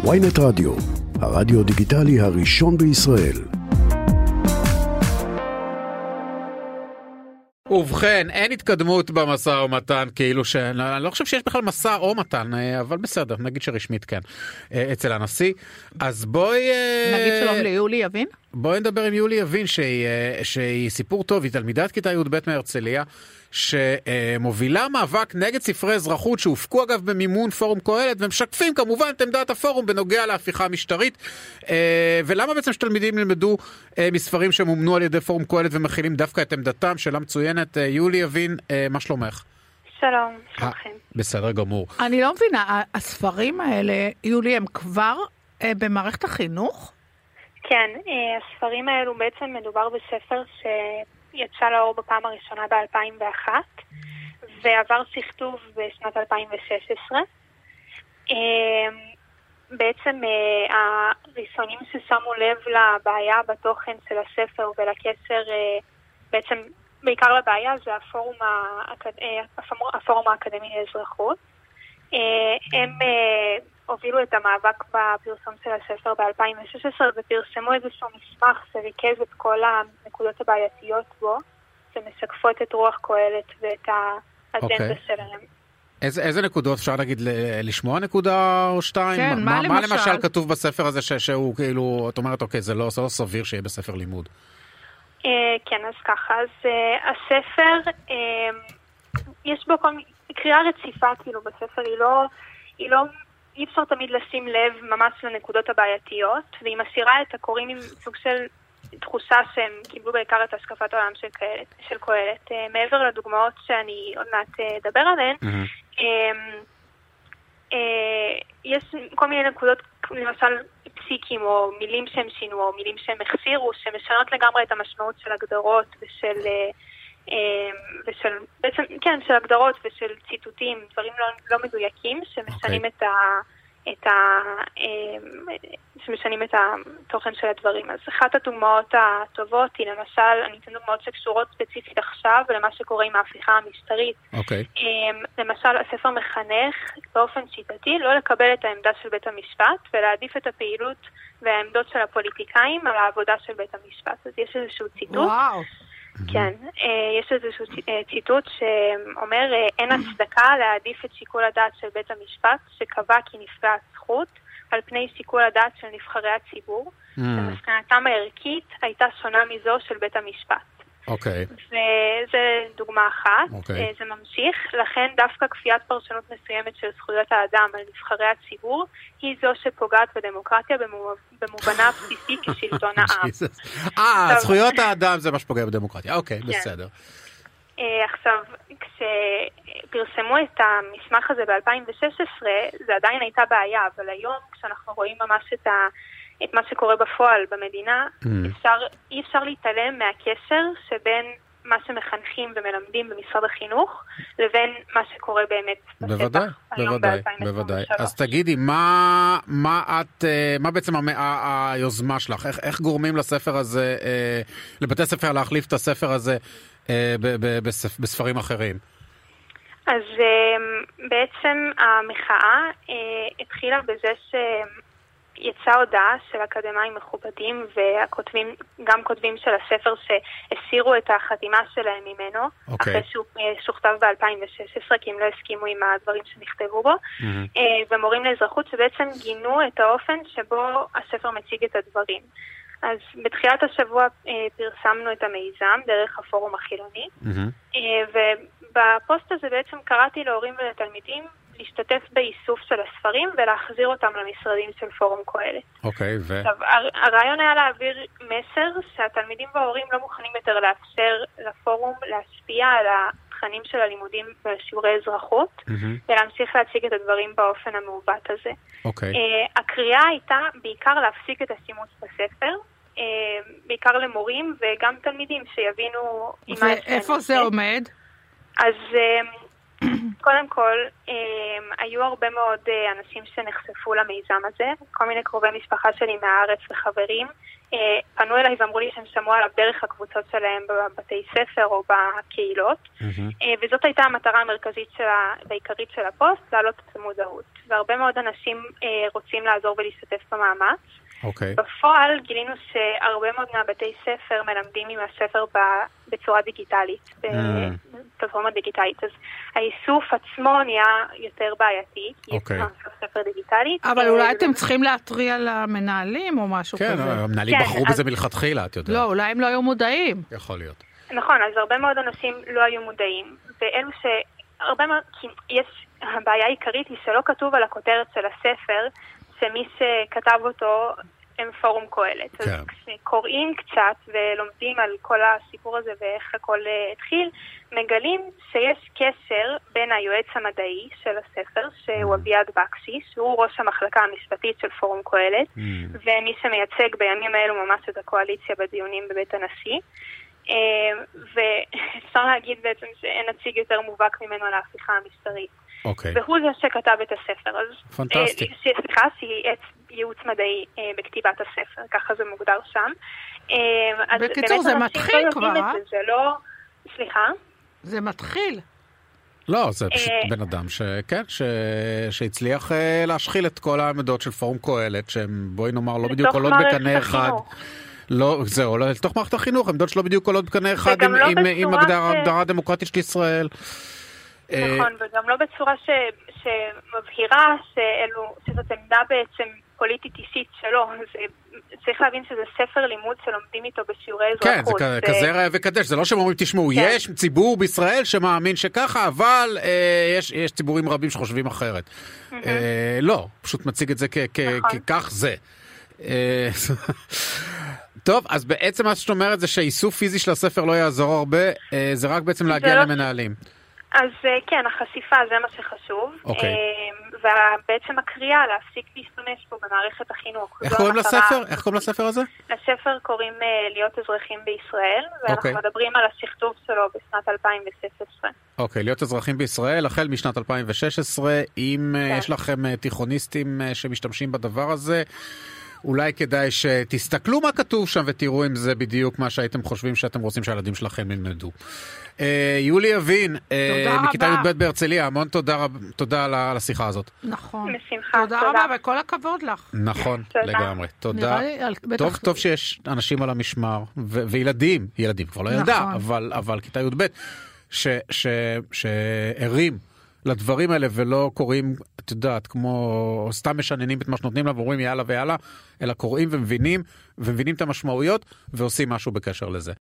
ynet רדיו, הרדיו דיגיטלי הראשון בישראל. ובכן, אין התקדמות במשא ומתן, כאילו אני לא חושב שיש בכלל משא או מתן, אבל בסדר, נגיד שרשמית כן, אצל הנשיא. אז בואי... נגיד שלום ליולי יבין? בואי נדבר עם יולי יבין, שהיא סיפור טוב, היא תלמידת כיתה י"ב מהרצליה, שמובילה מאבק נגד ספרי אזרחות שהופקו אגב במימון פורום קהלת, ומשקפים כמובן את עמדת הפורום בנוגע להפיכה המשטרית. ולמה בעצם שתלמידים ילמדו מספרים שמומנו על ידי פורום קהלת ומכילים דווקא את עמדתם? שאלה מצוינת. יולי יבין, מה שלומך? שלום, שלומכם. בסדר גמור. אני לא מבינה, הספרים האלה, יולי, הם כבר במערכת החינוך? כן, הספרים האלו בעצם מדובר בספר יצא לאור בפעם הראשונה ב-2001 ועבר שכתוב בשנת 2016. בעצם הראשונים ששמו לב לבעיה בתוכן של הספר ולקצר, בעצם בעיקר לבעיה, זה הפורום האקדמי לאזרחות. הם הובילו את המאבק בפרסום של הספר ב-2016 ופרסמו איזשהו מסמך שריכז את כל הנקודות הבעייתיות בו, שמשקפות את רוח קהלת ואת האג'נדה שלהם. איזה נקודות אפשר להגיד, לשמוע נקודה או שתיים? כן, מה למשל כתוב בספר הזה שהוא כאילו, את אומרת, אוקיי, זה לא סביר שיהיה בספר לימוד? כן, אז ככה, אז הספר, יש בו קריאה רציפה כאילו בספר, אי אפשר תמיד לשים לב ממש לנקודות הבעייתיות, והיא מסירה את הקוראים עם סוג של תחושה שהם קיבלו בעיקר את השקפת העולם של קהלת. מעבר לדוגמאות שאני עוד מעט אדבר עליהן, יש כל מיני נקודות, למשל פסיקים או מילים שהם שינו או מילים שהם החסירו, שמשנות לגמרי את המשמעות של הגדרות ושל בעצם, כן, של הגדרות ושל ציטוטים, דברים לא מדויקים, שמשנים שמשנים את התוכן של הדברים. אז אחת הדוגמאות הטובות היא למשל, אני אתן דוגמאות שקשורות ספציפית עכשיו ולמה שקורה עם ההפיכה המשטרית. למשל, הספר מחנך באופן שיטתי לא לקבל את העמדה של בית המשפט ולהעדיף את הפעילות והעמדות של הפוליטיקאים על העבודה של בית המשפט. אז יש איזשהו ציטוט. וואו. כן, יש איזשהו ציטוט שאומר, אין הצדקה להעדיף את שיקול הדעת של בית המשפט שקבע כי נפגעת זכות על פני שיקול הדעת של נבחרי הציבור, ומסקנתם הערכית הייתה שונה מזו של בית המשפט. וזה דוגמה אחת, זה ממשיך, לכן דווקא כפיית פרשנות מסוימת של זכויות האדם על נבחרי הציבור היא זו שפוגעת בדמוקרטיה במובנה הבסיסי כשלטון העם. זכויות האדם זה מה שפוגע בדמוקרטיה, אוקיי, בסדר. עכשיו, כשפרסמו את המסמך הזה ב-2016, זה עדיין הייתה בעיה, אבל היום כשאנחנו רואים ממש את מה שקורה בפועל במדינה, אי אפשר להתעלם מהקשר שבין מה שמחנכים ומלמדים במשרד החינוך, לבין מה שקורה באמת בשטח. בוודאי. אז תגידי, מה בעצם היוזמה שלך? איך גורמים לספר הזה, לבתי ספר להחליף את הספר הזה בספרים אחרים? אז בעצם המחאה התחילה בזה יצאה הודעה של אקדמיים מכובדים והכותבים, גם כותבים של הספר שהסירו את החתימה שלהם ממנו, אחרי שהוא שוכתב ב-2016, כי הם לא הסכימו עם הדברים שנכתבו בו, ומורים לאזרחות שבעצם גינו את האופן שבו הספר מציג את הדברים. אז בתחילת השבוע פרסמנו את המיזם דרך הפורום החילוני, ובפוסט הזה בעצם קראתי להורים ולתלמידים להשתתף באיסוף של הספרים ולהחזיר אותם למשרדים של פורום קהלת. עכשיו, הרעיון היה להעביר מסר שהתלמידים וההורים לא מוכנים יותר לאפשר לפורום להשפיע על התכנים של הלימודים בשיעורי אזרחות, ולהמשיך להציג את הדברים באופן המעוות הזה. הקריאה הייתה בעיקר להפסיק את השימוש בספר, בעיקר למורים וגם תלמידים שיבינו ואיפה זה עומד? אז קודם כל, היו הרבה מאוד אנשים שנחשפו למיזם הזה, כל מיני קרובי משפחה שלי מהארץ וחברים, פנו אליי ואמרו לי שהם שמעו עליו דרך הקבוצות שלהם בבתי ספר או בקהילות, וזאת הייתה המטרה המרכזית והעיקרית של הפוסט, להעלות את המודעות. והרבה מאוד אנשים רוצים לעזור ולהשתתף במאמץ. אוקיי. בפועל גילינו שהרבה מאוד מהבתי ספר מלמדים עם הספר בצורה דיגיטלית, בפלטפורמה דיגיטלית. אז האיסוף עצמו נהיה יותר בעייתי, כי יש ספר דיגיטלית. אבל אולי אתם צריכים להתריע למנהלים או משהו כזה. כן, המנהלים בחרו בזה מלכתחילה, את יודעת. לא, אולי הם לא היו מודעים. יכול להיות. נכון, אז הרבה מאוד אנשים לא היו מודעים, ואלו שהרבה מאוד, כי הבעיה העיקרית היא שלא כתוב על הכותרת של הספר, שמי שכתב אותו הם פורום קהלת. כן. אז כשקוראים קצת ולומדים על כל הסיפור הזה ואיך הכל התחיל, מגלים שיש קשר בין היועץ המדעי של הספר, שהוא אביעד בקשי, שהוא ראש המחלקה המשפטית של פורום קהלת, ומי שמייצג בימים האלו ממש את הקואליציה בדיונים בבית הנשיא. ואפשר להגיד בעצם שאין נציג יותר מובהק ממנו להפיכה המשטרית. אוקיי. והוא זה שכתב את הספר. פנטסטי. סליחה, שייעץ ייעוץ מדעי בכתיבת הספר, ככה זה מוגדר שם. בקיצור, זה מתחיל כבר, זה לא... סליחה? זה מתחיל. לא, זה פשוט בן אדם שהצליח להשחיל את כל העמדות של פורום קהלת, שהם, בואי נאמר, לא בדיוק עולות בקנה אחד. לא, זהו, לא, לתוך מערכת החינוך, עמדות שלא בדיוק עולות בקנה אחד עם הגדרה דמוקרטית של ישראל. נכון, וגם לא בצורה שמבהירה שזאת עמדה בעצם פוליטית אישית שלו. צריך להבין שזה ספר לימוד שלומדים איתו בשיעורי אזרחות. כן, זה כזה ראה וקדש. זה לא שהם אומרים, תשמעו, יש ציבור בישראל שמאמין שככה, אבל יש ציבורים רבים שחושבים אחרת. לא, פשוט מציג את זה ככך זה. טוב, אז בעצם מה שאת אומרת זה שאיסוף פיזי של הספר לא יעזור הרבה, זה רק בעצם להגיע למנהלים. אז כן, החשיפה זה מה שחשוב, ובעצם הקריאה להפסיק להשתמש פה במערכת החינוך. איך קוראים לספר? איך קוראים לספר הזה? לספר קוראים להיות אזרחים בישראל, ואנחנו מדברים על השכתוב שלו בשנת 2016. אוקיי, להיות אזרחים בישראל, החל משנת 2016, אם יש לכם תיכוניסטים שמשתמשים בדבר הזה, אולי כדאי שתסתכלו מה כתוב שם ותראו אם זה בדיוק מה שהייתם חושבים שאתם רוצים שהילדים שלכם ילמדו. יולי יבין, מכיתה י"ב בהרצליה, המון תודה על השיחה הזאת. נכון. בשמחה, תודה רבה וכל הכבוד לך. נכון, לגמרי. תודה. טוב שיש אנשים על המשמר, וילדים, כבר לא ילדה, אבל כיתה י"ב, שערים לדברים האלה ולא קוראים, את יודעת, כמו סתם משננים את מה שנותנים לה ואומרים יאללה ויאללה, אלא קוראים ומבינים את המשמעויות ועושים משהו בקשר לזה.